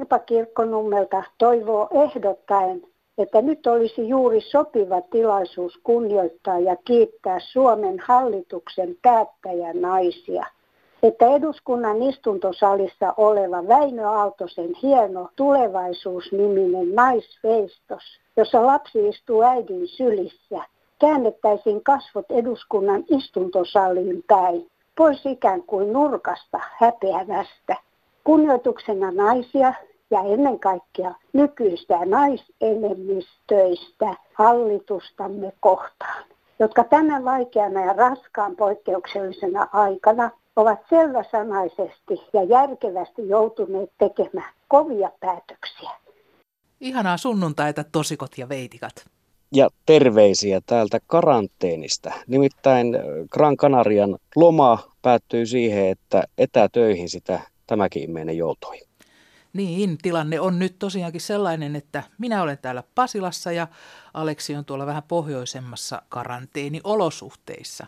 Sirpa Kirkkonummelta toivoo ehdottaen, että nyt olisi juuri sopiva tilaisuus kunnioittaa ja kiittää Suomen hallituksen päättäjänaisia. Että eduskunnan istuntosalissa oleva Väinö Aaltosen hieno Tulevaisuus-niminen naisveistos, jossa lapsi istuu äidin sylissä, käännettäisiin kasvot eduskunnan istuntosaliin päin, pois ikään kuin nurkasta häpeävästä. Kunnioituksena naisia ja ennen kaikkea nykyistä naisenemmistöistä hallitustamme kohtaan, jotka tänä vaikeana ja raskaan poikkeuksellisena aikana ovat selväsanaisesti ja järkevästi joutuneet tekemään kovia päätöksiä. Ihanaa sunnuntaita, tosikot ja veitikat. Ja terveisiä täältä karanteenista. Nimittäin Gran Canarian loma päättyi siihen, että etätöihin sitä tämäkin ihminen joutui. Niin, tilanne on nyt tosiaankin sellainen, että minä olen täällä Pasilassa ja Aleksi on tuolla vähän pohjoisemmassa karanteeniolosuhteissa.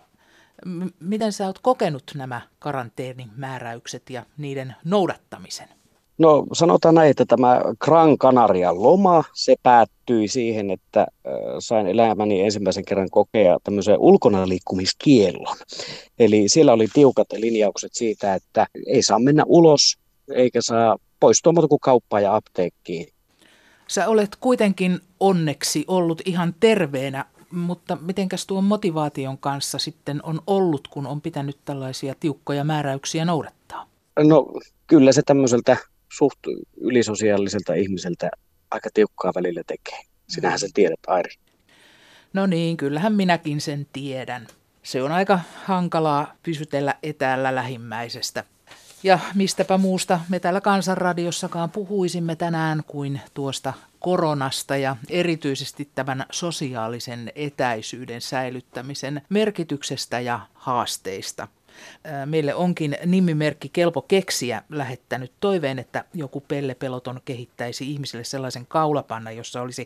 Miten sä oot kokenut nämä karanteenimääräykset ja niiden noudattamisen? No sanotaan näin, että tämä Gran Canarian loma, se päättyi siihen, että sain elämäni ensimmäisen kerran kokea tämmöisen ulkona liikkumiskiellon. Eli siellä oli tiukat linjaukset siitä, että ei saa mennä ulos eikä saa poistua muuta kuin kauppaan ja apteekkiin. Sä olet kuitenkin onneksi ollut ihan terveenä, mutta mitenkäs tuon motivaation kanssa sitten on ollut, kun on pitänyt tällaisia tiukkoja määräyksiä noudattaa? No kyllä se tämmöiseltä suht ylisosiaaliselta ihmiseltä aika tiukkaa välillä tekee. Sinähän sen tiedät, Airi. No niin, kyllähän minäkin sen tiedän. Se on aika hankalaa pysytellä etäällä lähimmäisestä. Ja mistäpä muusta me täällä Kansanradiossakaan puhuisimme tänään kuin tuosta koronasta ja erityisesti tämän sosiaalisen etäisyyden säilyttämisen merkityksestä ja haasteista. Meille onkin nimimerkki Kelpo keksiä lähettänyt toiveen, että joku Pelle Peloton kehittäisi ihmisille sellaisen kaulapannan, jossa olisi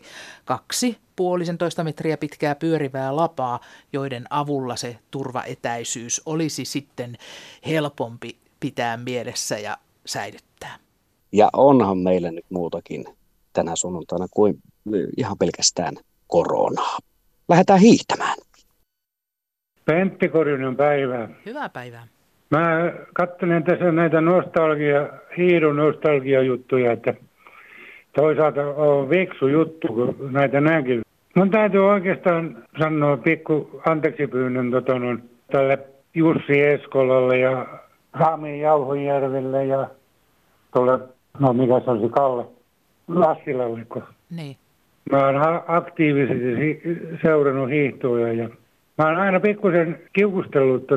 2,5 metriä pitkää pyörivää lapaa, joiden avulla se turvaetäisyys olisi sitten helpompi pitää mielessä ja säilyttää. Ja onhan meillä nyt muutakin tänä sunnuntaina kuin ihan pelkästään koronaa. Lähdetään hiihtämään. Pentti Korjunen päivää. Hyvää päivää. Mä katselen tässä näitä hiidon nostalgiajuttuja, että toisaalta on viksu juttu, kun näitä näenkin. Mun täytyy oikeastaan sanoa pikku anteeksipyynnön tälle Jussi Eskolalle ja Rami Jauhojärvelle ja tuolle, no mikä se olisi, Kalle Lassilalle. Niin. Mä oon aktiivisesti seurannut hiihtoja ja mä oon aina pikkusen kiukustellut,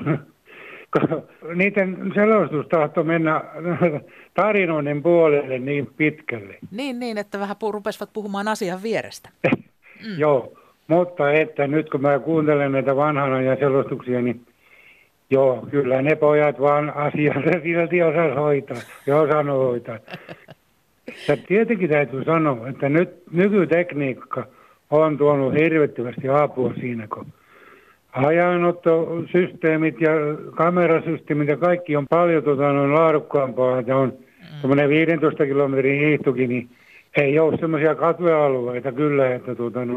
kun niiden selostus tahtoi mennä tarinoiden puolelle niin pitkälle. Niin, että vähän rupesivat puhumaan asian vierestä. Joo, mutta että nyt kun mä kuuntelen näitä vanhan ajan selostuksia, niin joo, kyllä ne pojat vaan asiansa silti osas hoitaa ja osannut hoitaa. Ja tietenkin täytyy sanoa, että nyt nykytekniikka on tuonut hirvittävästi apua siinä, kun ajanottosysteemit ja kamerasysteemit ja kaikki on paljon laadukkaampaa, että on semmoinen 15 kilometrin hiihtokin, niin ei ole semmoisia katvealueita kyllä, että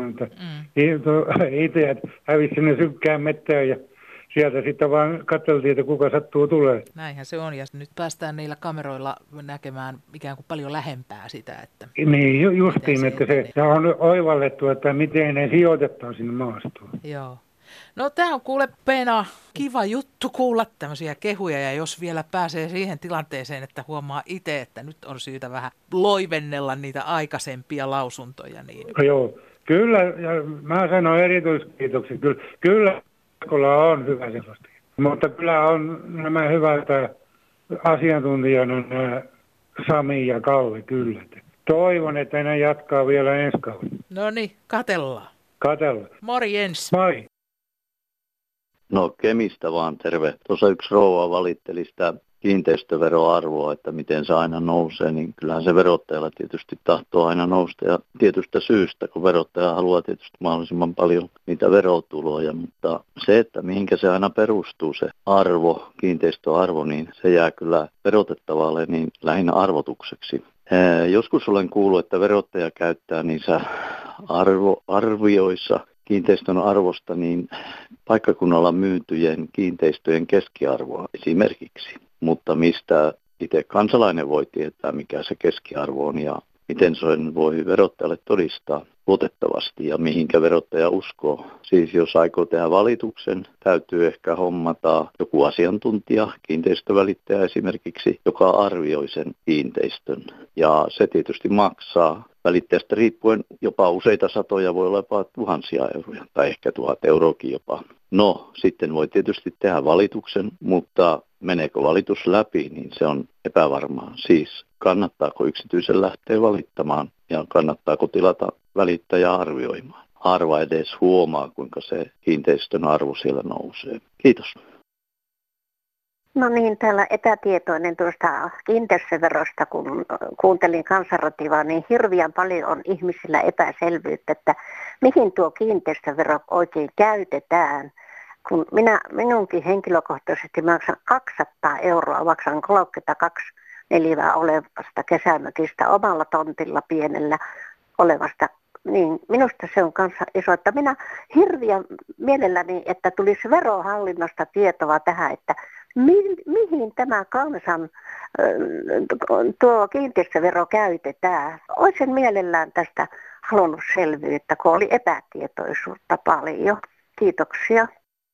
itse hävisi sinne sykkään mettään ja sieltä sitten vaan katseltiin, että kuka sattuu tulee. Näinhän se on, ja nyt päästään niillä kameroilla näkemään ikään kuin paljon lähempää sitä, että... Niin, justiin, että se on oivallettu, että miten ne sijoitetaan sinne maastoon. Joo. No tämä on kuule Pena, kiva juttu kuulla tämmöisiä kehuja, ja jos vielä pääsee siihen tilanteeseen, että huomaa itse, että nyt on syytä vähän loivennella niitä aikaisempia lausuntoja. Niin... Joo, kyllä, ja mä sanon erityiskiitoksia, kyllä. Eskola on hyvä sellaista. Mutta kyllä on nämä hyvät asiantuntijana nämä Sami ja Kalle kyllä. Toivon, että ne jatkaa vielä ensi kaudella. No niin, katellaan. Katellaan. Morjens. Moi. No Kemistä vaan terve. Tuossa yksi rouva valitteli sitä kiinteistöveroarvoa, että miten se aina nousee, niin kyllähän se verottajalla tietysti tahtoo aina nousta ja tietystä syystä, kun verottaja haluaa tietysti mahdollisimman paljon niitä verotuloja, mutta se, että mihinkä se aina perustuu se arvo, kiinteistöarvo, niin se jää kyllä verotettavalle niin lähinnä arvotukseksi. Joskus olen kuullut, että verottaja käyttää niissä arvioissa kiinteistön arvosta niin paikkakunnalla myytyjen kiinteistöjen keskiarvoa esimerkiksi. Mutta mistä itse kansalainen voi tietää, mikä se keskiarvo on ja miten sen voi verottajalle todistaa luotettavasti ja mihinkä verottaja uskoo. Siis jos aikoo tehdä valituksen, täytyy ehkä hommata joku asiantuntija, kiinteistövälittäjä esimerkiksi, joka arvioi sen kiinteistön. Ja se tietysti maksaa välittäjästä riippuen jopa useita satoja, voi olla jopa tuhansia euroja tai ehkä 1000 euroakin jopa. No, sitten voi tietysti tehdä valituksen, mutta meneekö valitus läpi, niin se on epävarmaa. Siis kannattaako yksityisen lähteä valittamaan ja kannattaako tilata välittäjä arvioimaan. Harva edes huomaa, kuinka se kiinteistön arvo siellä nousee. Kiitos. No niin, täällä epätietoinen tuosta kiinteistöverosta, kun kuuntelin Kansanradiota, niin hirveän paljon on ihmisillä epäselvyyttä, että mihin tuo kiinteistövero oikein käytetään. Kun minunkin henkilökohtaisesti maksan 200 euroa, maksan 32 neliötä olevasta kesämökistä omalla tontilla pienellä olevasta, niin minusta se on kanssa iso, että minä hirveän mielelläni, että tulisi verohallinnosta tietoa tähän, että mihin tämä kansan tuo kiinteistövero käytetään. Olisin mielellään tästä halunnut selvyyttä, kun oli epätietoisuutta paljon. Kiitoksia.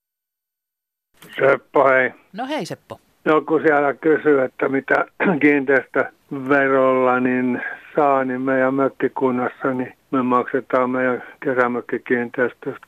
Seppo, hei. No hei Seppo. Joku siellä kysyy, että mitä kiinteistöverolla niin saa, niin meidän mökkikunnassa, niin me maksetaan meidän kesämökkikiinteistöstä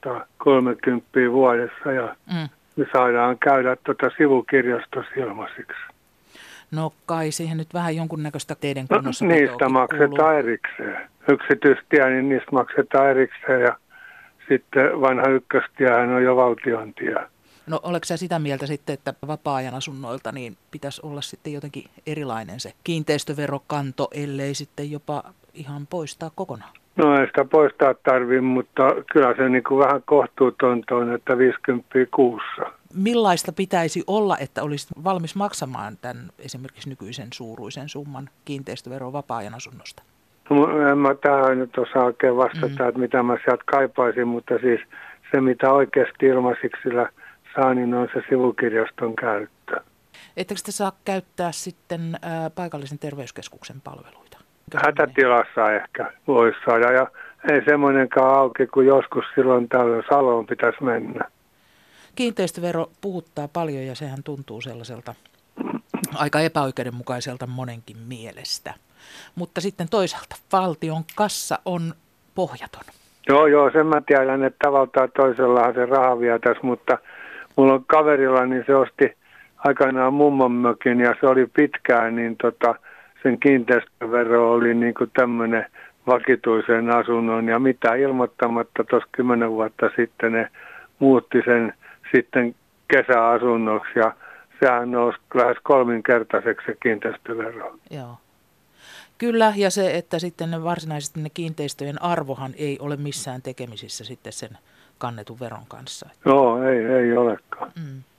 630 vuodessa ja me saadaan käydä sivukirjastossa ilmaisiksi. No kai siihen nyt vähän jonkunnäköistä teidän kunnossa. Niistä maksetaan erikseen. Yksityistie, niin niistä maksetaan erikseen ja sitten vanha ykköstiehän on jo valtion tie. No oletko sä sitä mieltä sitten, että vapaa-ajan asunnoilta niin pitäisi olla sitten jotenkin erilainen se kiinteistöverokanto, ellei sitten jopa ihan poistaa kokonaan? No ei sitä poistaa tarvitse, mutta kyllä se niin kuin vähän kohtuutonta on, että 50 kuussa. Millaista pitäisi olla, että olisit valmis maksamaan tämän esimerkiksi nykyisen suuruisen summan kiinteistöveron vapaa-ajan asunnosta? No, en mä tähän nyt osaa oikein vastata, että mitä mä sieltä kaipaisin, mutta siis se mitä oikeasti ilmaisiksi sillä saa, niin on se sivukirjaston käyttö. Ettekö te saa käyttää sitten paikallisen terveyskeskuksen palveluita? Hätätilassa ehkä voisi saada ja ei semmoinenkaan auki, kun joskus silloin tällöin Saloon pitäisi mennä. Kiinteistövero puhuttaa paljon ja sehän tuntuu sellaiselta aika epäoikeudenmukaiselta monenkin mielestä. Mutta sitten toisaalta valtion kassa on pohjaton. Joo, sen mä tiedän, että tavallaan toisellahan se raha vietäisi, mutta mulla on kaverilla, niin se osti aikanaan mummonmökin ja se oli pitkään, niin sen kiinteistövero oli niin kuin tämmöinen vakituisen asunnon ja mitä ilmoittamatta tuossa 10 vuotta sitten ne muutti sen sitten kesäasunnoksi ja sehän nousi lähes 3-kertaiseksi se kiinteistövero. Joo. Kyllä, ja se, että sitten varsinaisesti ne kiinteistöjen arvohan ei ole missään tekemisissä sitten sen kannetun veron kanssa. Joo, ei olekaan.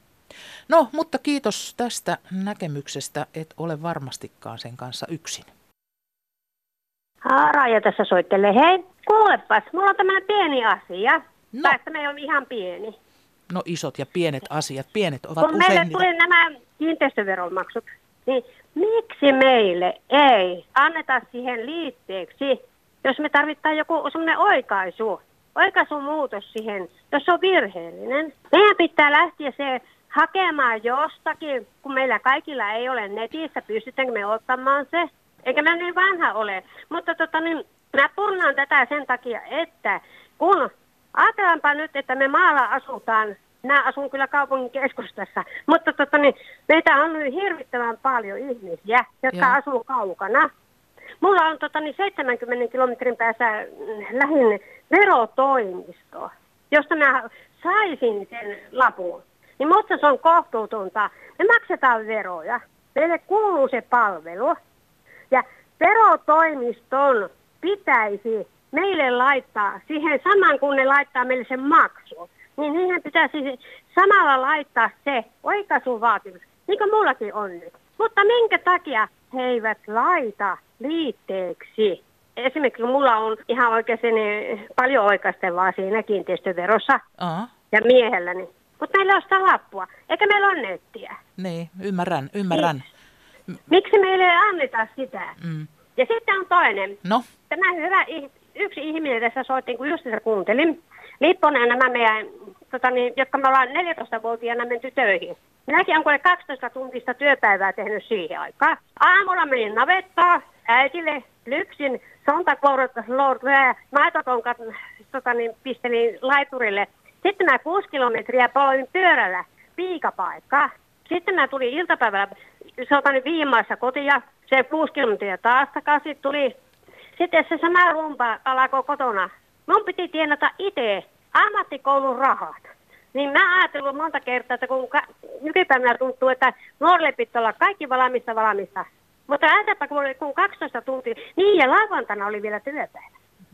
No, mutta kiitos tästä näkemyksestä, et ole varmastikaan sen kanssa yksin. Raija tässä soittelee. Hei, kuulepas, mulla on tämmöinen pieni asia. No. Tästä me ei ole ihan pieni. No isot ja pienet asiat. Pienet ovat kun usein meille tuli nämä kiinteistöveromaksut, niin miksi meille ei anneta siihen liitteeksi, jos me tarvitaan joku semmoinen oikaisumuutos siihen, jos se on virheellinen. Meidän pitää lähteä se hakemaan jostakin, kun meillä kaikilla ei ole netissä, pystytäänkö me ottamaan se. Eikä mä niin vanha ole, mutta mä purnaan tätä sen takia, että kun ajatellaanpa nyt, että me maalla asutaan, minä asun kyllä kaupungin keskustassa, mutta meitä on nyt hirvittävän paljon ihmisiä, jotka asuu kaukana. Mulla on 70 kilometrin päässä lähin verotoimisto, josta mä saisin sen lapun. Niin musta se on kohtuutonta. Me maksetaan veroja, meille kuuluu se palvelu. Ja verotoimiston pitäisi meille laittaa siihen saman, kun ne laittaa meille sen maksu. Niin niihin pitäisi samalla laittaa se oikaisuvaatimus, niin kuin mullakin on nyt. Mutta minkä takia he eivät laita liitteeksi. Esimerkiksi mulla on ihan oikeasti paljon oikaistevaa siinä kiinteistöverossa ja miehelläni. Mutta meillä on sitä lappua, eikä meillä ole nettiä. Niin, ymmärrän. Miksi meille ei anneta sitä? Ja sitten on toinen. No? Tämä yksi ihminen tässä soitti, kun just sitä kuuntelin. Lipponen ja nämä meidän, jotka me ollaan 14-vuotiaana menty töihin. Minäkin olen kuule 12 tuntista työpäivää tehnyt siihen aikaan. Aamulla menin navettaan, äitille lypsin sontakourottas ja maitotonkat pistelin laiturille. Sitten mä 6 kilometriä poloin pyörällä piikapaikkaa. Sitten mä tulin iltapäivällä viimaassa kotia, se 6 kilometriä taas takaisin tuli. Sitten se sama rumpa alkoi kotona. Mun piti tienata itse ammattikoulun rahat. Niin mä ajattelin monta kertaa, että kun nykypäivänä tuntuu, että nuorille pitää olla kaikki valmista. Mutta ajatelpa, kun 12 tuntia, niin ja lauantaina oli vielä työpäivä.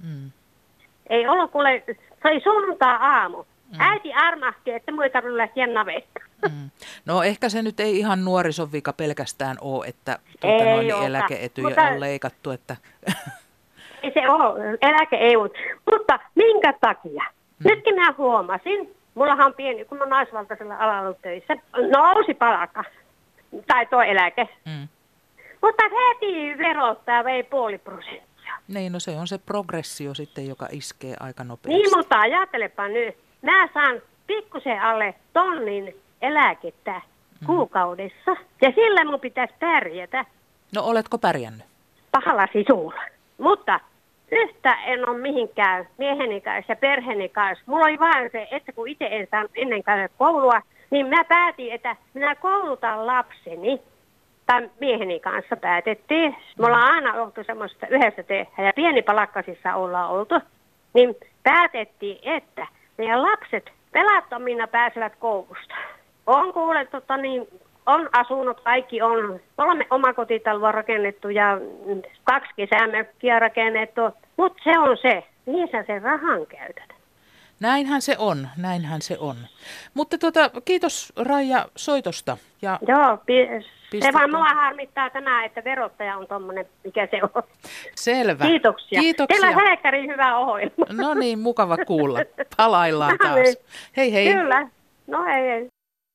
Ei ollut kuule, se oli sunnuntai-aamu. Äiti armahti, että minun ei tarvitse lähteä navettaan. No ehkä se nyt ei ihan nuorison vika pelkästään ole, että eläke-etyjä on leikattu. Että... Ei se ole, eläke ei ole. Mutta minkä takia? Nytkin mä huomasin, mullahan on pieni, kun mä naisvaltaisella alalla töissä, nousi palkka, tai tuo eläke. Mutta heti verottaa vei 0,5%. Niin, no se on se progressio sitten, joka iskee aika nopeasti. Niin, mutta ajattelepa nyt. Mä saan pikkusen alle 1 000 eläkettä kuukaudessa. Ja sillä mun pitäisi pärjätä. No oletko pärjännyt? Pahalla sisulla. Mutta yhtä en ole mihinkään mieheni kanssa ja perheeni kanssa. Mulla oli vaan se, että kun itse en saanut ennen käydä koulua, niin mä päätin, että minä koulutan lapseni. Tai mieheni kanssa päätettiin. Me ollaan aina oltu semmoista yhdessä tehdä ja pienipalkkaisissa ollaan oltu. Niin päätettiin, että meidän lapset pelattomina pääsevät koulusta. On kuullut, on asunut, kaikki on 3 omakotitaloa rakennettu ja 2 kesämökkiä rakennettu. Mutta se on se, mihin sä sen rahan käytät. Näinhän se on. Mutta kiitos Raija soitosta. Ja joo, se vaan mua harmittaa tämä, että verottaja on tommonen, mikä se on. Selvä. Kiitoksia. Teillä on Helkkarin hyvä ohjelma. No niin, mukava kuulla. Palaillaan taas. Hei hei. Kyllä. No hei.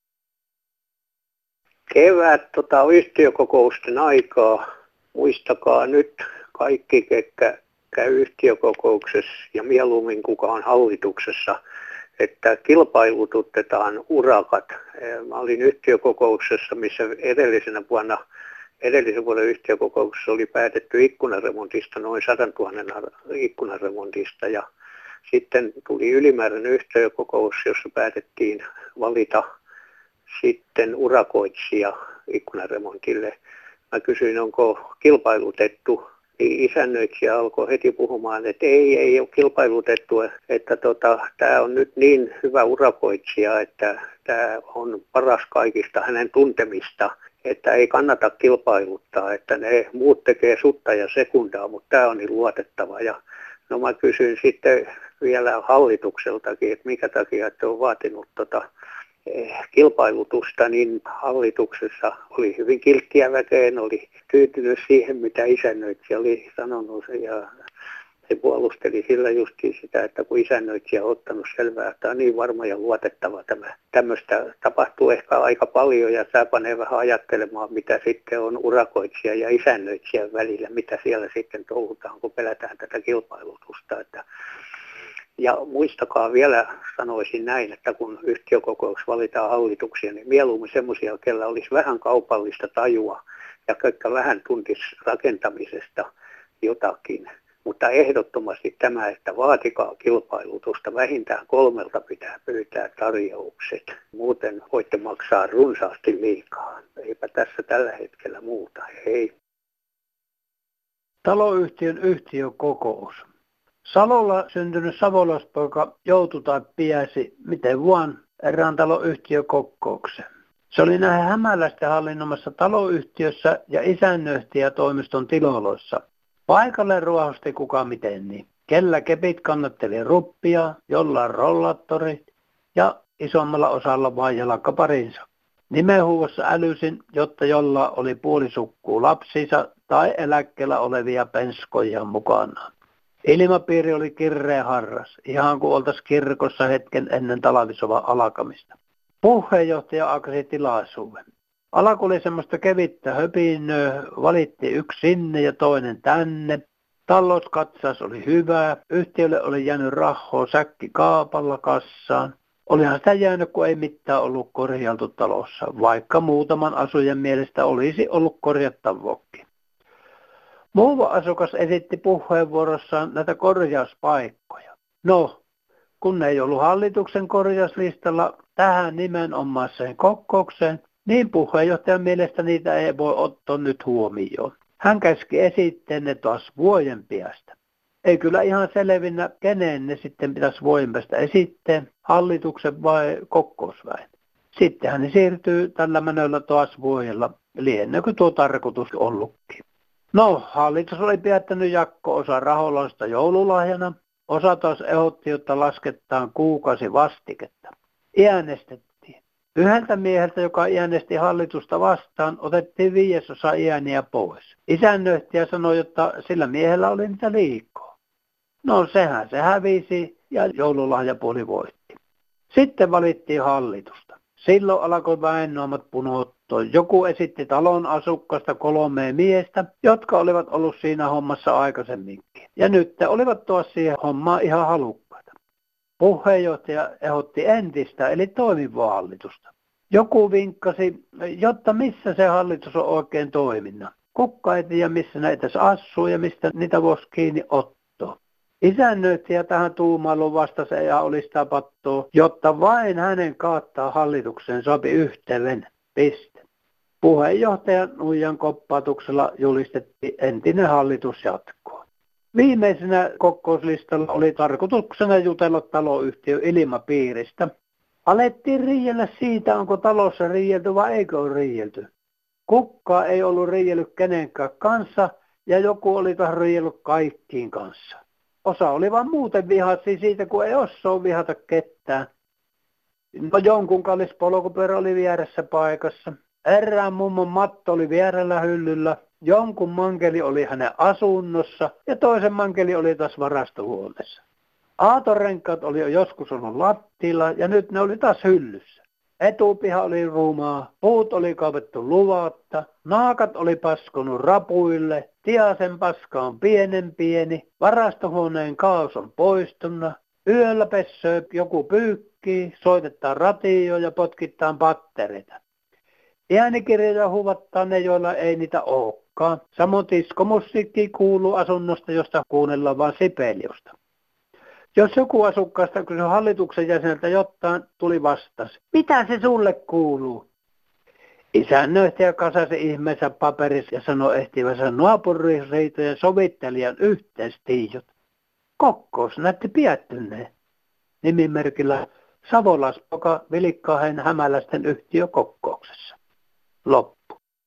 Kevät yhtiökokousten aikaa. Muistakaa nyt kaikki, ketkä käy yhtiökokouksessa ja mieluummin kuka on hallituksessa, että kilpailututetaan urakat. Mä olin yhtiökokouksessa, missä edellisen vuoden yhtiökokouksessa oli päätetty ikkunaremontista, noin 100 000 ikkunaremontista. Ja sitten tuli ylimääräinen yhtiökokous, jossa päätettiin valita sitten urakoitsija ikkunaremontille. Mä kysyin, onko kilpailutettu. Isännöitsijä alkoi heti puhumaan, että ei ole kilpailutettu, että tämä on nyt niin hyvä urakoitsija, että tämä on paras kaikista hänen tuntemista, että ei kannata kilpailuttaa, että ne muut tekee sutta ja sekundaa, mutta tämä on niin luotettava. Ja no mä kysyin sitten vielä hallitukseltakin, että mikä takia että on vaatinut kilpailutusta, niin hallituksessa oli hyvin kilttiä väkeen, oli tyytynyt siihen, mitä isännöitsijä oli sanonut, ja se puolusteli sillä justiin sitä, että kun isännöitsijä on ottanut selvää, että on niin varma ja luotettava tämä. Tämmöistä tapahtuu ehkä aika paljon, ja tämä panee vähän ajattelemaan, mitä sitten on urakoitsija ja isännöitsijän välillä, mitä siellä sitten touhutaan, kun pelätään tätä kilpailutusta. Ja muistakaa vielä, sanoisin näin, että kun yhtiökokouksessa valitaan hallituksia, niin mieluummin semmoisia, kellä olisi vähän kaupallista tajua ja jotka vähän tuntisi rakentamisesta jotakin. Mutta ehdottomasti tämä, että vaatikaa kilpailutusta, vähintään 3 pitää pyytää tarjoukset. Muuten voitte maksaa runsaasti liikaa. Eipä tässä tällä hetkellä muuta. Hei. Taloyhtiön yhtiökokous. Salolla syntynyt savolaispoika joutui tai piäsi miten vaan erään taloyhtiökokoukseen. Se oli näin hämäläisten hallinnomassa taloyhtiössä ja isännöitsijätoimiston tiloissa. Paikalle ruohosti kuka miten niin. Kellä kepit kannatteli ruppia, jollain rollattorit ja isommalla osalla vain jalkaparinsa. Nimenhuudossa älysin, jotta jolla oli puolisukkuu lapsiinsa tai eläkkeellä olevia penskoja mukanaan. Ilmapiiri oli kirreä harras, ihan kuin oltaisiin kirkossa hetken ennen talvisodan alkamista. Puheenjohtaja alkoi tilaisuuden. Alku oli semmoista kevittä höpinöä, valittiin yksi sinne ja toinen tänne. Talouskatsaus oli hyvä, yhtiölle oli jäänyt rahaa säkki kaapalla kassaan. Olihan sitä jäänyt, kun ei mitään ollut korjailtu talossa, vaikka muutaman asujan mielestä olisi ollut korjattavaakin. Muuva asukas esitti puheenvuorossaan näitä korjauspaikkoja. No, kun ei ollut hallituksen korjauslistalla tähän nimenomaiseen kokoukseen, niin puheenjohtajan mielestä niitä ei voi ottaa nyt huomioon. Hän käski esitteen ne taas vuoden päästä. Ei kyllä ihan selvinnä, kenen ne sitten pitäisi vuoden päästä esittää, hallituksen vai kokousväen. Sittenhän ne siirtyy tällä menöllä taas vuodella, lienneekö tuo tarkoitus ollutkin. No, hallitus oli päättänyt jakko-osa raholoista joululahjana. Osa taas ehdotti, jotta lasketaan kuukausi vastiketta. Äänestettiin. Yhdeltä mieheltä, joka äänesti hallitusta vastaan, otettiin 5% ääniä pois. Isännöitsijä sanoi, että sillä miehellä oli niitä liikaa. No sehän se hävisi ja joululahjapuoli voitti. Sitten valittiin hallitusta. Silloin alkoi väennoomat punottua. Joku esitti talon asukkaasta 3 miestä, jotka olivat ollut siinä hommassa aikaisemminkin. Ja nyt olivat tuossa siihen hommaan ihan halukkaita. Puheenjohtaja ehdotti entistä, eli toimivaa hallitusta. Joku vinkkasi, jotta missä se hallitus on oikein toiminnan. Kukka ei tiedä, missä näitä asuu ja mistä niitä voisi kiinni ottaa. Isännöitsijä tähän tuumailuun vastasi ja oli sitä pattoa, jotta vain hänen kaattaa hallituksen sopi yhteen. Piste. Puheenjohtajan nuijan koppatuksella julistettiin entinen hallitus jatkoon. Viimeisenä kokouslistalla oli tarkoituksena jutella taloyhtiön ilmapiiristä. Alettiin riidellä siitä, onko talossa riidelty vai eikö ole riidelty. Kukka ei ollut riidellyt kenenkään kanssa ja joku oli taas riidellyt kaikkiin kanssa. Osa oli vaan muuten vihaisia siitä, kun ei osaa vihata ketään. No jonkun kallis polkupyörä oli vieressä paikassa. Erään mummon matto oli vierellä hyllyllä. Jonkun mankeli oli hänen asunnossa ja toisen mankeli oli taas varastohuoneessa. Aatorenkaat oli joskus ollut lattialla ja nyt ne oli taas hyllyssä. Etupiha oli rumaa, puut oli kaavettu luvatta, naakat oli paskonut rapuille, tiasen paska on pieni, varastohuoneen kaos on poistunut, yöllä pessöö joku pyykkii, soitetaan ratio ja potkitaan pattereita. Äänikirjoja huvattaa ne, joilla ei niitä olekaan. Samoin diskomusiikki kuuluu asunnosta, josta kuunnellaan vain Sibeliusta. Jos joku asukkaasta kysyi hallituksen jäseneltä jotain, tuli vastaus. Mitä se sulle kuuluu? Isännöitsijä kasasi ihmeensä paperissa ja sanoi ehtivänsä naapuririitojen sovittelijan yhteistiijot. Kokous näytti päättyneen. Nimimerkillä Savolaispoka Vilikkahen Hämäläisten yhtiökokouksessa. Loppu.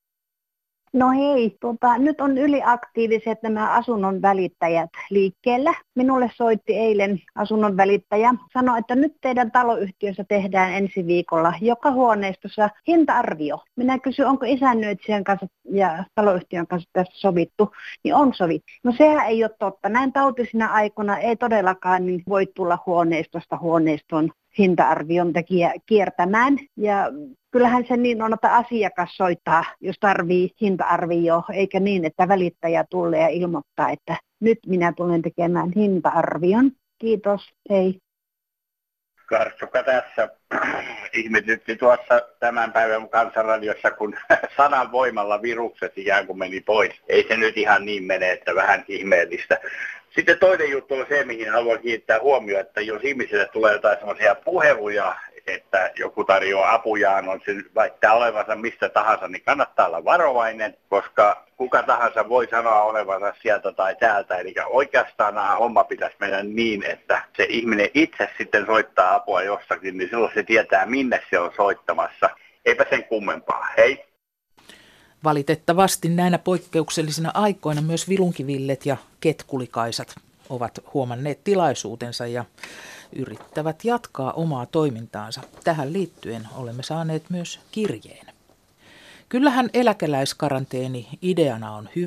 No hei, nyt on yliaktiiviset nämä asunnon välittäjät liikkeellä. Minulle soitti eilen asunnon välittäjä. Sanoi, että nyt teidän taloyhtiössä tehdään ensi viikolla joka huoneistossa hinta-arvio. Minä kysyin, onko isännöitsijän kanssa ja taloyhtiön kanssa tästä sovittu. Niin on sovittu. No sehän ei ole totta. Näin tautisina aikoina ei todellakaan niin voi tulla huoneistosta huoneistoon hinta-arvion tekijä kiertämään. Ja kyllähän se niin on, että asiakas soittaa, jos tarvii hinta-arvio, eikä niin, että välittäjä tulee ja ilmoittaa, että nyt minä tulen tekemään hinta-arvion. Kiitos, hei. Kartsukka tässä ihmetytti tuossa tämän päivän Kansanradiossa, kun sanan voimalla virukset ikään kuin meni pois. Ei se nyt ihan niin mene, että vähän ihmeellistä. Sitten toinen juttu on se, mihin haluan kiinnittää huomioon, että jos ihmisille tulee jotain semmoisia puheluja, että joku tarjoaa apujaan, on se väittää olevansa mistä tahansa, niin kannattaa olla varovainen, koska kuka tahansa voi sanoa olevansa sieltä tai täältä. Eli oikeastaan homma pitäisi mennä niin, että se ihminen itse sitten soittaa apua jossakin, niin silloin se tietää, minne se on soittamassa. Eipä sen kummempaa. Hei! Valitettavasti näinä poikkeuksellisina aikoina myös vilunkivillet ja ketkulikaisat ovat huomanneet tilaisuutensa ja yrittävät jatkaa omaa toimintaansa. Tähän liittyen olemme saaneet myös kirjeen. Kyllähän eläkeläiskaranteeni ideana on hyvä,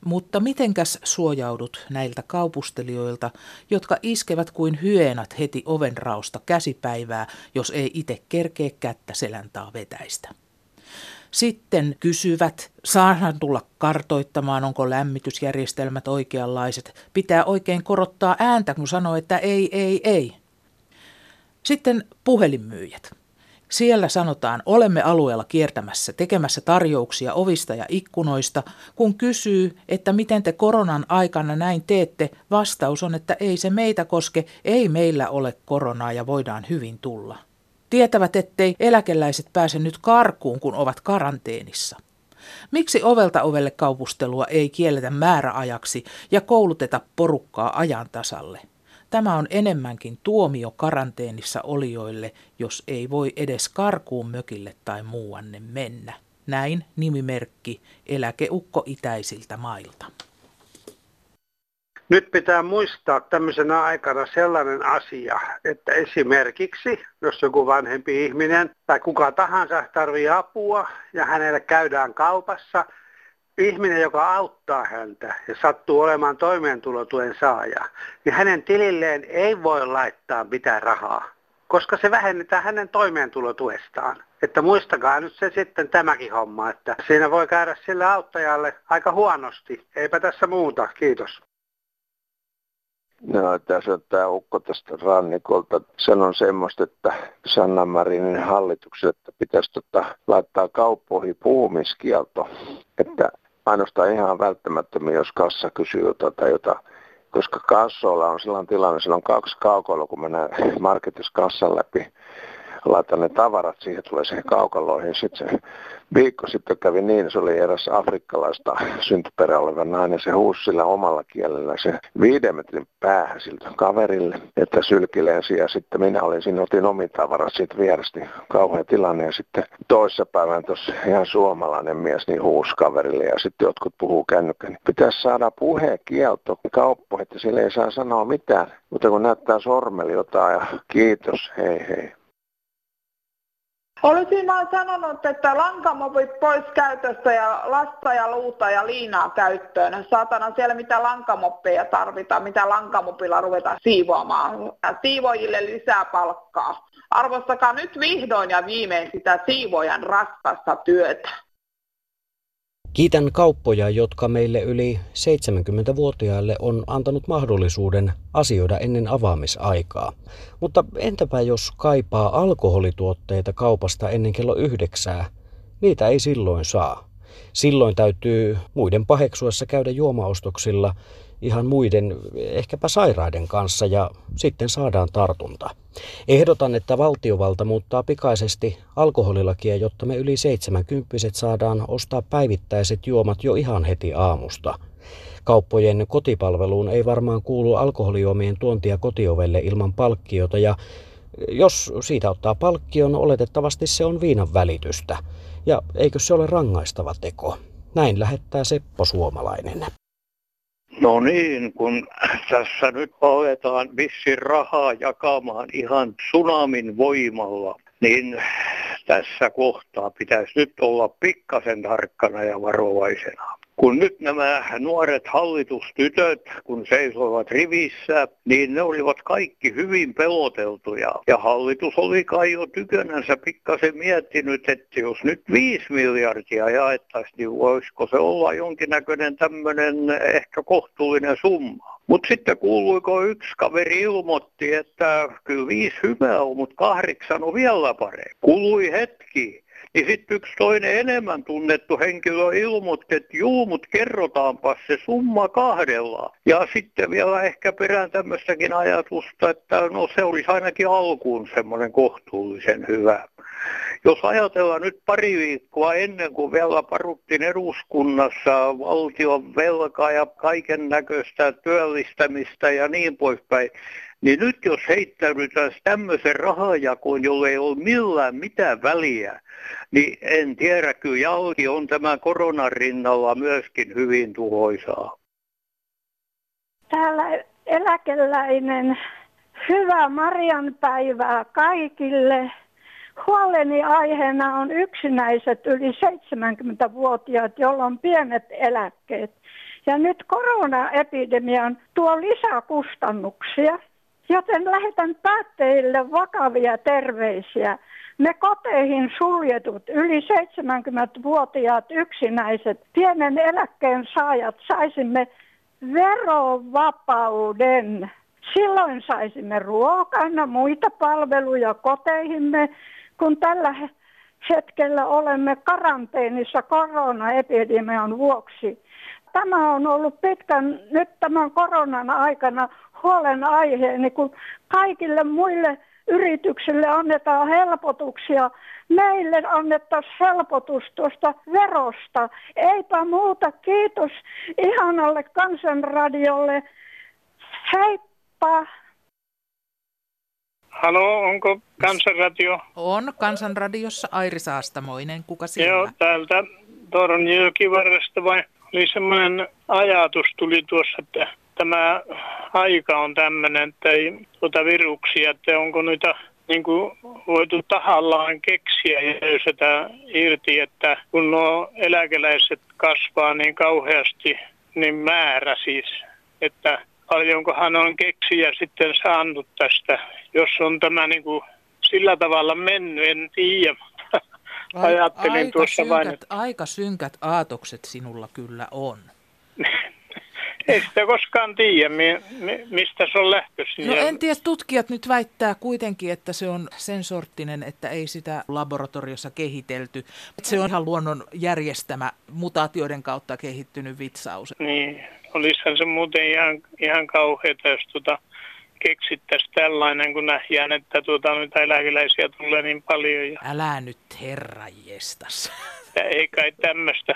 Mutta mitenkäs suojaudut näiltä kaupustelijoilta, jotka iskevät kuin hyeenat heti ovenraosta käsipäivää, jos ei itse kerkeä kättä selän taa vetäistä? Sitten kysyvät, saadaan tulla kartoittamaan, onko lämmitysjärjestelmät oikeanlaiset. Pitää oikein korottaa ääntä, kun sanoo, että ei. Sitten puhelinmyyjät. Siellä sanotaan, olemme alueella kiertämässä, tekemässä tarjouksia ovista ja ikkunoista. Kun kysyy, että miten te koronan aikana näin teette, vastaus on, että ei se meitä koske, ei meillä ole koronaa ja voidaan hyvin tulla. Tietävät, ettei eläkeläiset pääse nyt karkuun, kun ovat karanteenissa. Miksi ovelta ovelle kaupustelua ei kielletä määräajaksi ja kouluteta porukkaa ajan tasalle? Tämä on enemmänkin tuomio karanteenissa olijoille, jos ei voi edes karkuun mökille tai muuanne mennä. Näin nimimerkki Eläkeukko itäisiltä mailta. Nyt pitää muistaa tämmöisenä aikana sellainen asia, että esimerkiksi jos joku vanhempi ihminen tai kuka tahansa tarvitsee apua ja hänelle käydään kaupassa, ihminen, joka auttaa häntä ja sattuu olemaan toimeentulotuen saaja, niin hänen tililleen ei voi laittaa mitään rahaa, koska se vähennetään hänen toimeentulotuestaan. Että muistakaa nyt se sitten tämäkin homma, että siinä voi käydä sille auttajalle aika huonosti. Eipä tässä muuta. Kiitos. No, tässä on tämä ukko tästä rannikolta. Sanon semmoista, että Sanna Marinin hallitukselle, että pitäisi laittaa kauppoihin puhumiskielto. Että ainoastaan ihan välttämättömiä, jos kassa kysyy jotain, koska kassoilla on sellainen tilanne, siellä on 2 kaukaloa, kun mennään marketissa kassan läpi. Laitan ne tavarat, siihen tulee siihen kaukaloihin. Sitten se viikko sitten kävi niin, se oli eräs afrikkalaista syntyperä oleva nainen, se huusi sillä omalla kielellä se 5 metrin päähän siltä kaverille, että sylkilensi. Ja sitten minä olin siinä, otin omin tavarat siitä vierestä, kauhea tilanne. Ja sitten toissapäivän tuossa ihan suomalainen mies niin huusi kaverille ja sitten jotkut puhuu kännykkään. Pitäisi saada puhekielto kauppoihin, että sille ei saa sanoa mitään, mutta kun näyttää sormella jotain ja kiitos, hei. Olisin vaan sanonut, että lankamopit pois käytöstä ja lasta ja luuta ja liinaa käyttöön. Saatana siellä mitä lankamoppeja tarvitaan, mitä lankamopilla ruvetaan siivoamaan. Siivoojille lisää palkkaa. Arvostakaa nyt vihdoin ja viimein sitä siivoajan raskasta työtä. Kiitän kauppoja, jotka meille yli 70-vuotiaille on antanut mahdollisuuden asioida ennen avaamisaikaa. Mutta entäpä jos kaipaa alkoholituotteita kaupasta ennen kello 9, niitä ei silloin saa. Silloin täytyy muiden paheksuessa käydä juomaostoksilla ihan muiden, ehkäpä sairaiden kanssa ja sitten saadaan tartunta. Ehdotan, että valtiovalta muuttaa pikaisesti alkoholilakia, jotta me yli 70-vuotiaat saadaan ostaa päivittäiset juomat jo ihan heti aamusta. Kauppojen kotipalveluun ei varmaan kuulu alkoholijuomien tuontia kotiovelle ilman palkkiota ja jos siitä ottaa palkkion, oletettavasti se on viinan välitystä. Ja eikö se ole rangaistava teko? Näin lähettää Seppo Suomalainen. No niin, kun tässä nyt aletaan vissiin rahaa jakamaan ihan tsunamin voimalla, niin tässä kohtaa pitäisi nyt olla pikkasen tarkkana ja varovaisena. Kun nyt nämä nuoret hallitustytöt, kun seisoivat rivissä, niin ne olivat kaikki hyvin peloteltuja. Ja hallitus oli kai jo tykönänsä pikkasen miettinyt, että jos nyt 5 miljardia jaettaisiin, niin voisiko se olla jonkinnäköinen tämmöinen ehkä kohtuullinen summa. Mutta sitten kuuluiko yksi kaveri ilmoitti, että kyllä 5 hyvää on, mutta 8 on vielä parempi. Kului hetki. Niin sitten yksi toinen enemmän tunnettu henkilö ilmoitti, että juu, mutta kerrotaanpa se summa 2. Ja sitten vielä ehkä perään tämmöistäkin ajatusta, että no se olisi ainakin alkuun semmoinen kohtuullisen hyvä. Jos ajatellaan nyt pari viikkoa ennen kuin vielä paruttiin eduskunnassa valtion velkaa ja kaiken näköistä työllistämistä ja niin poispäin, niin nyt jos heittäydytään tämmöisen rahajakoon, jolle ei ole millään mitään väliä, niin en tiedä, kyllä jälki on tämän koronan rinnalla myöskin hyvin tuhoisaa. Täällä eläkeläinen, hyvää Marianpäivää kaikille. Huoleni aiheena on yksinäiset yli 70-vuotiaat, joilla on pienet eläkkeet. Ja nyt koronaepidemian tuo lisäkustannuksia, joten lähetän päättäjille vakavia terveisiä. Me koteihin suljetut yli 70-vuotiaat yksinäiset pienen eläkkeen saajat saisimme verovapauden. Silloin saisimme ruokaa ja muita palveluja koteihimme, kun tällä hetkellä olemme karanteenissa koronaepidemian vuoksi. Tämä on ollut pitkän nyt tämän koronan aikana huolenaiheeni, kun kaikille muille yrityksille annetaan helpotuksia. Meille annettaisiin helpotus tuosta verosta. Eipä muuta, kiitos ihanalle Kansanradiolle. Heippa! Halo, onko Kansanradio? On Kansanradiossa Airi Saastamoinen. Kuka siellä? Joo, täältä Tornjokivarresta vai oli semmoinen ajatus tuli tuossa, että tämä aika on tämmöinen, että ei viruksia, että onko noita niin kuin voitu tahallaan keksiä ja löysätä irti, että kun nuo eläkeläiset kasvaa niin kauheasti, niin määrä siis, että paljonkohan on keksiä sitten saanut tästä, jos on tämä niin kuin sillä tavalla mennyt, en tiedä. Ajattelin tuossa vain, että aika synkät aatokset sinulla kyllä on. Ei sitä koskaan tiedä, mistä se on lähtöisin. No en tiedä, tutkijat nyt väittää kuitenkin, että se on sen sorttinen, että ei sitä laboratoriossa kehitelty. Että se on ihan luonnon järjestämä mutaatioiden kautta kehittynyt vitsaus. Niin, olisihan se muuten ihan kauheata, jos keksittäisiin tällainen, kun nähdään, että noita eläkeläisiä tulee niin paljon. Älä nyt herranjestas. Ei kai tämmöistä.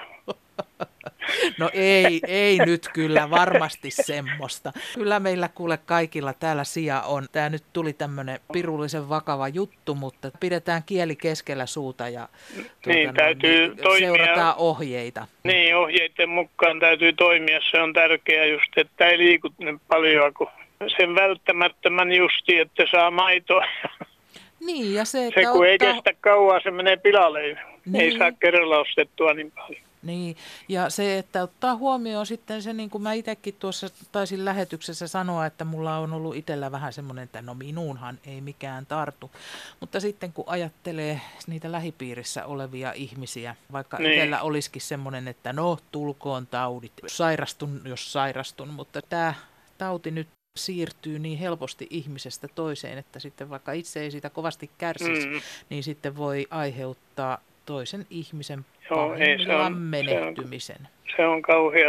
No ei nyt kyllä, varmasti semmoista. Kyllä meillä kuule kaikilla täällä sija on. Tämä nyt tuli tämmöinen pirullisen vakava juttu, mutta pidetään kieli keskellä suuta ja täytyy toimia, seurataan ohjeita. Niin, ohjeiden mukaan täytyy toimia. Se on tärkeää just, että ei liiku paljon, kun sen välttämättömän justi, että saa maitoa. Niin, ja se, että kun ei kestä kauan, se menee pilalle. Niin. Ei saa kerralla ostettua niin paljon. Niin, ja se, että ottaa huomioon sitten se, niin kuin mä itsekin tuossa taisin lähetyksessä sanoa, että mulla on ollut itsellä vähän semmoinen, että no minuunhan ei mikään tartu. Mutta sitten kun ajattelee niitä lähipiirissä olevia ihmisiä, vaikka itsellä olisikin semmoinen, että no tulkoon taudit, jos sairastun, mutta tämä tauti nyt siirtyy niin helposti ihmisestä toiseen, että sitten vaikka itse ei siitä kovasti kärsisi, niin sitten voi aiheuttaa toisen ihmisen pahimmillaan menehtymisen. Se on kauhea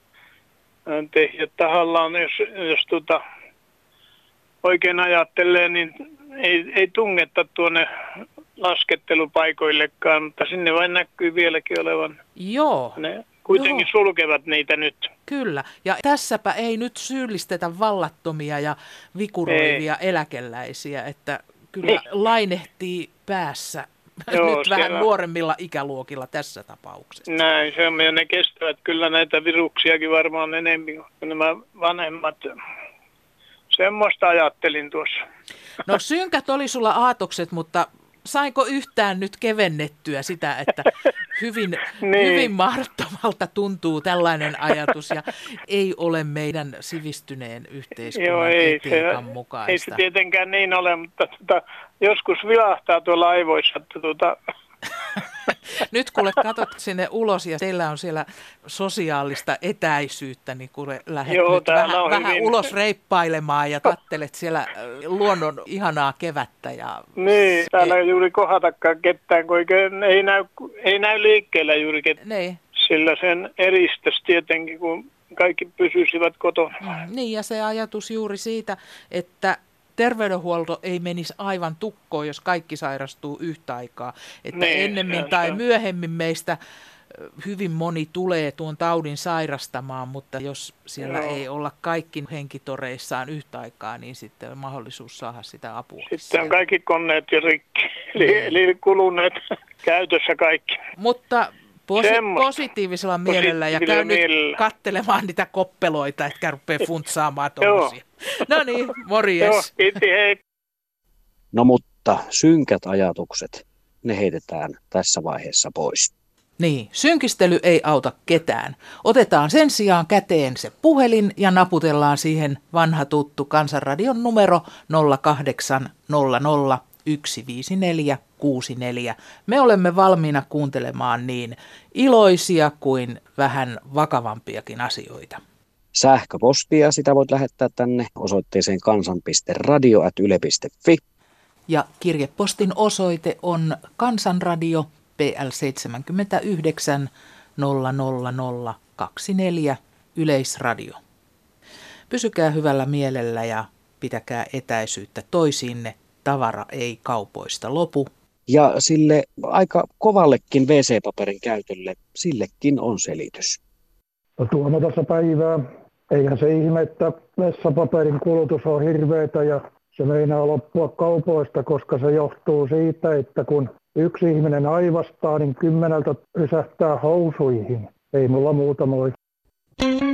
tehdä tahallaan, jos oikein ajattelee, niin ei tungetta tuonne laskettelupaikoillekaan, mutta sinne vain näkyy vieläkin olevan. Joo. Ne kuitenkin sulkevat niitä nyt. Kyllä, ja tässäpä ei nyt syyllistetä vallattomia ja vikuroivia eläkeläisiä, että kyllä lainehtii päässä. Nyt vähän nuoremmilla ikäluokilla tässä tapauksessa. Näin se on, ja ne kestävät kyllä näitä viruksiakin varmaan enemmän kuin nämä vanhemmat. Semmoista ajattelin tuossa. No synkät oli sulla aatokset, mutta sainko yhtään nyt kevennettyä sitä, että hyvin mahdottomalta tuntuu tällainen ajatus ja ei ole meidän sivistyneen yhteiskunnan etiikan mukaista. Ei se tietenkään niin ole, mutta joskus vilahtaa tuolla aivoissa. Nyt kuule katot sinne ulos ja teillä on siellä sosiaalista etäisyyttä, niin kuule lähdet nyt vähän ulos reippailemaan ja kattelet siellä luonnon ihanaa kevättä. Niin, täällä ei juuri kohdatakaan ketään, kun ei näy liikkeellä juuri ketään. Niin. Sillä sen eristäisi tietenkin, kun kaikki pysyisivät kotona. Niin, ja se ajatus juuri siitä, että terveydenhuolto ei menisi aivan tukkoon, jos kaikki sairastuu yhtä aikaa. Että ennemmin tai myöhemmin meistä hyvin moni tulee tuon taudin sairastamaan, mutta jos siellä ei olla kaikki henkitoreissaan yhtä aikaa, niin sitten on mahdollisuus saada sitä apua. Sitten on kaikki koneet jo rikki, eli kuluneet käytössä kaikki. Mutta positiivisella mielellä ja käy nyt katselemaan niitä koppeloita, etkä rupea funtsaamaan tuollaisia. No niin, morjes. Hei. No mutta synkät ajatukset, ne heitetään tässä vaiheessa pois. Niin, synkistely ei auta ketään. Otetaan sen sijaan käteen se puhelin ja naputellaan siihen vanha tuttu Kansanradion numero 0800 154 64. Me olemme valmiina kuuntelemaan niin iloisia kuin vähän vakavampiakin asioita. Sähköpostia sitä voit lähettää tänne osoitteeseen kansan.radio@yle.fi. Ja kirjepostin osoite on Kansanradio PL 79 00024 Yleisradio. Pysykää hyvällä mielellä ja pitäkää etäisyyttä toisiinne. Tavara ei kaupoista lopu. Ja sille aika kovallekin WC-paperin käytölle, sillekin on selitys. No Tuomo tässä päivää. Eihän se ihme, että vessapaperin kulutus on hirveätä ja se meinaa loppua kaupoista, koska se johtuu siitä, että kun yksi ihminen aivastaa, niin 10 rysähtää housuihin. Ei mulla muuta moi.